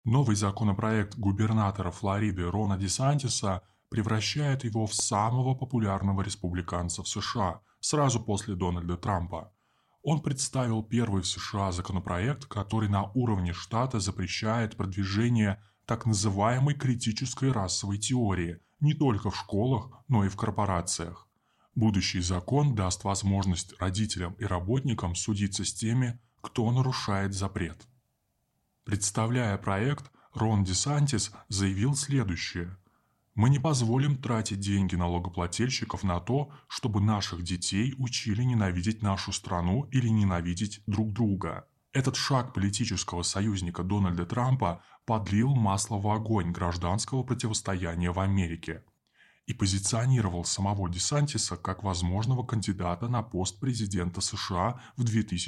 Новый законопроект губернатора Флориды Рона Десантиса превращает его в самого популярного республиканца в США сразу после Дональда Трампа. Он представил первый в США законопроект, который на уровне штата запрещает продвижение так называемой критической расовой теории не только в школах, но и в корпорациях. Будущий закон даст возможность родителям и работникам судиться с теми, кто нарушает запрет. Представляя проект, Рон Десантис заявил следующее: «Мы не позволим тратить деньги налогоплательщиков на то, чтобы наших детей учили ненавидеть нашу страну или ненавидеть друг друга». Этот шаг политического союзника Дональда Трампа подлил масло в огонь гражданского противостояния в Америке и позиционировал самого Десантиса как возможного кандидата на пост президента США в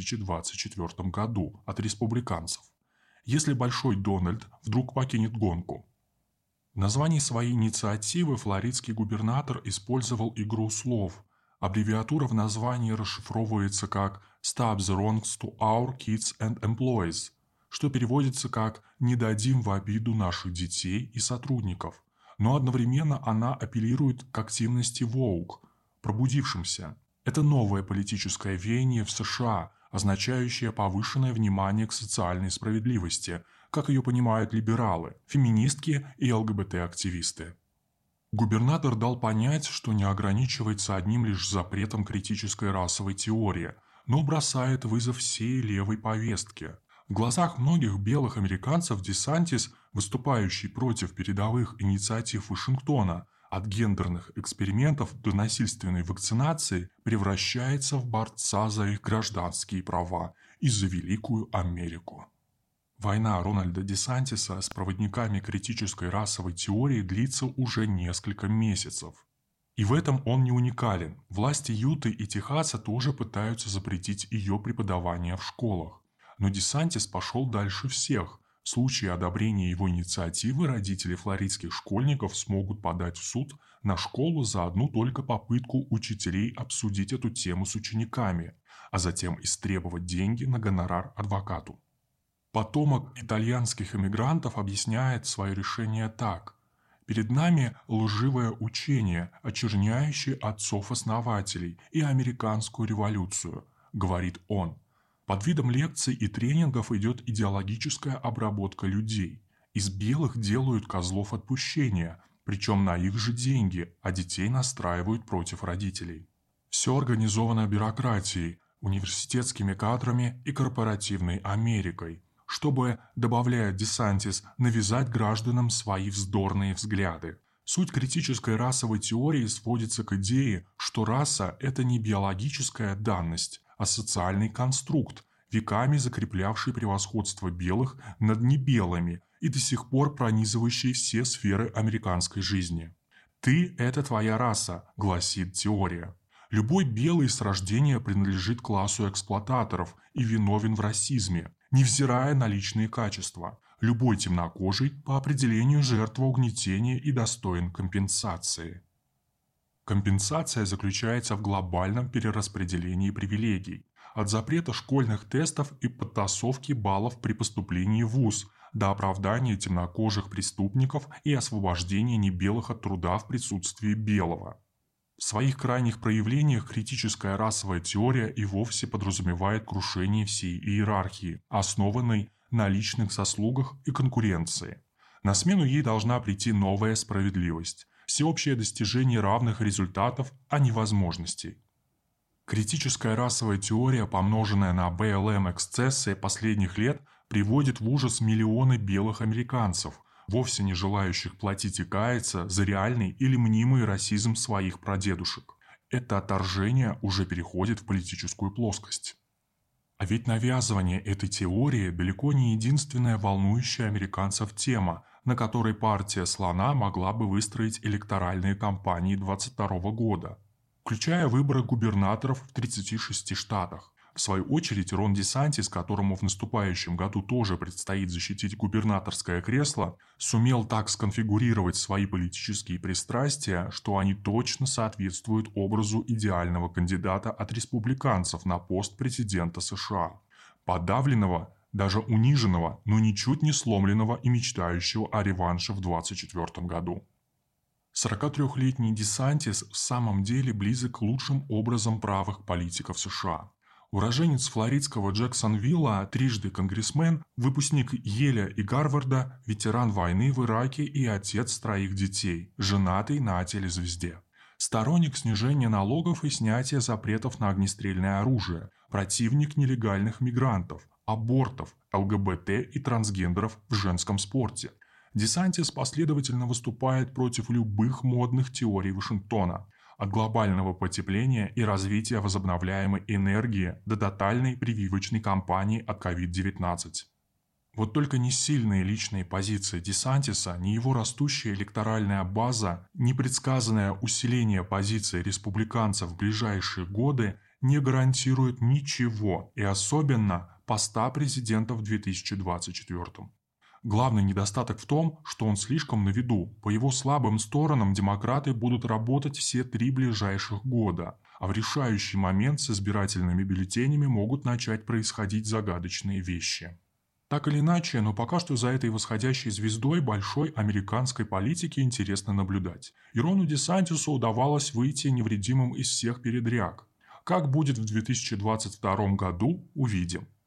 2024 году от республиканцев, если Большой Дональд вдруг покинет гонку. В названии своей инициативы флоридский губернатор использовал игру слов. Аббревиатура в названии расшифровывается как «Stop the wrongs to our kids and employees», что переводится как «Не дадим в обиду наших детей и сотрудников». Но одновременно она апеллирует к активности woke, пробудившимся. Это новое политическое веяние в США, означающее повышенное внимание к социальной справедливости, как ее понимают либералы, феминистки и ЛГБТ-активисты. Губернатор дал понять, что не ограничивается одним лишь запретом критической расовой теории, но бросает вызов всей левой повестке. В глазах многих белых американцев Десантис, выступающий против передовых инициатив Вашингтона, от гендерных экспериментов до насильственной вакцинации, превращается в борца за их гражданские права и за великую Америку. Война Рональда Десантиса с проводниками критической расовой теории длится уже несколько месяцев. И в этом он не уникален. Власти Юты и Техаса тоже пытаются запретить ее преподавание в школах. Но Десантис пошел дальше всех. В случае одобрения его инициативы родители флоридских школьников смогут подать в суд на школу за одну только попытку учителей обсудить эту тему с учениками, а затем истребовать деньги на гонорар адвокату. Потомок итальянских эмигрантов объясняет свое решение так: «Перед нами лживое учение, очерняющее отцов-основателей и американскую революцию», — говорит он. Под видом лекций и тренингов идет идеологическая обработка людей. Из белых делают козлов отпущения, причем на их же деньги, а детей настраивают против родителей. Все организовано бюрократией, университетскими кадрами и корпоративной Америкой, чтобы, добавляет Десантис, навязать гражданам свои вздорные взгляды. Суть критической расовой теории сводится к идее, что раса – это не биологическая данность, а социальный конструкт, веками закреплявший превосходство белых над небелыми и до сих пор пронизывающий все сферы американской жизни. «Ты – это твоя раса», – гласит теория. Любой белый с рождения принадлежит классу эксплуататоров и виновен в расизме, невзирая на личные качества. Любой темнокожий по определению жертва угнетения и достоин компенсации. Компенсация заключается в глобальном перераспределении привилегий, от запрета школьных тестов и подтасовки баллов при поступлении в вуз до оправдания темнокожих преступников и освобождения небелых от труда в присутствии белого. В своих крайних проявлениях критическая расовая теория и вовсе подразумевает крушение всей иерархии, основанной на личных заслугах и конкуренции. На смену ей должна прийти новая справедливость, всеобщее достижение равных результатов, а не возможностей. Критическая расовая теория, помноженная на БЛМ-эксцессы последних лет, приводит в ужас миллионы белых американцев, вовсе не желающих платить и каяться за реальный или мнимый расизм своих прадедушек. Это отторжение уже переходит в политическую плоскость. А ведь навязывание этой теории далеко не единственная волнующая американцев тема, на которой партия слона могла бы выстроить электоральные кампании 2022 года, включая выборы губернаторов в 36 штатах. В свою очередь, Рон Десантис, которому в наступающем году тоже предстоит защитить губернаторское кресло, сумел так сконфигурировать свои политические пристрастия, что они точно соответствуют образу идеального кандидата от республиканцев на пост президента США. Подавленного, даже униженного, но ничуть не сломленного и мечтающего о реванше в 2024 году. 43-летний Десантис в самом деле близок к лучшим образам правых политиков США. Уроженец флоридского Джексонвилла, трижды конгрессмен, выпускник Йеля и Гарварда, ветеран войны в Ираке и отец троих детей, женатый на телезвезде. Сторонник снижения налогов и снятия запретов на огнестрельное оружие, противник нелегальных мигрантов, абортов, ЛГБТ и трансгендеров в женском спорте. Десантис последовательно выступает против любых модных теорий Вашингтона, от глобального потепления и развития возобновляемой энергии до тотальной прививочной кампании от COVID-19. Вот только ни сильные личные позиции Десантиса, ни его растущая электоральная база, ни предсказанное усиление позиций республиканцев в ближайшие годы не гарантируют ничего, и особенно поста президента в 2024. Главный недостаток в том, что он слишком на виду. По его слабым сторонам демократы будут работать все 3 ближайших года, а в решающий момент с избирательными бюллетенями могут начать происходить загадочные вещи. Так или иначе, но пока что за этой восходящей звездой большой американской политики интересно наблюдать. И Рону Десантису удавалось выйти невредимым из всех передряг. Как будет в 2022 году, увидим.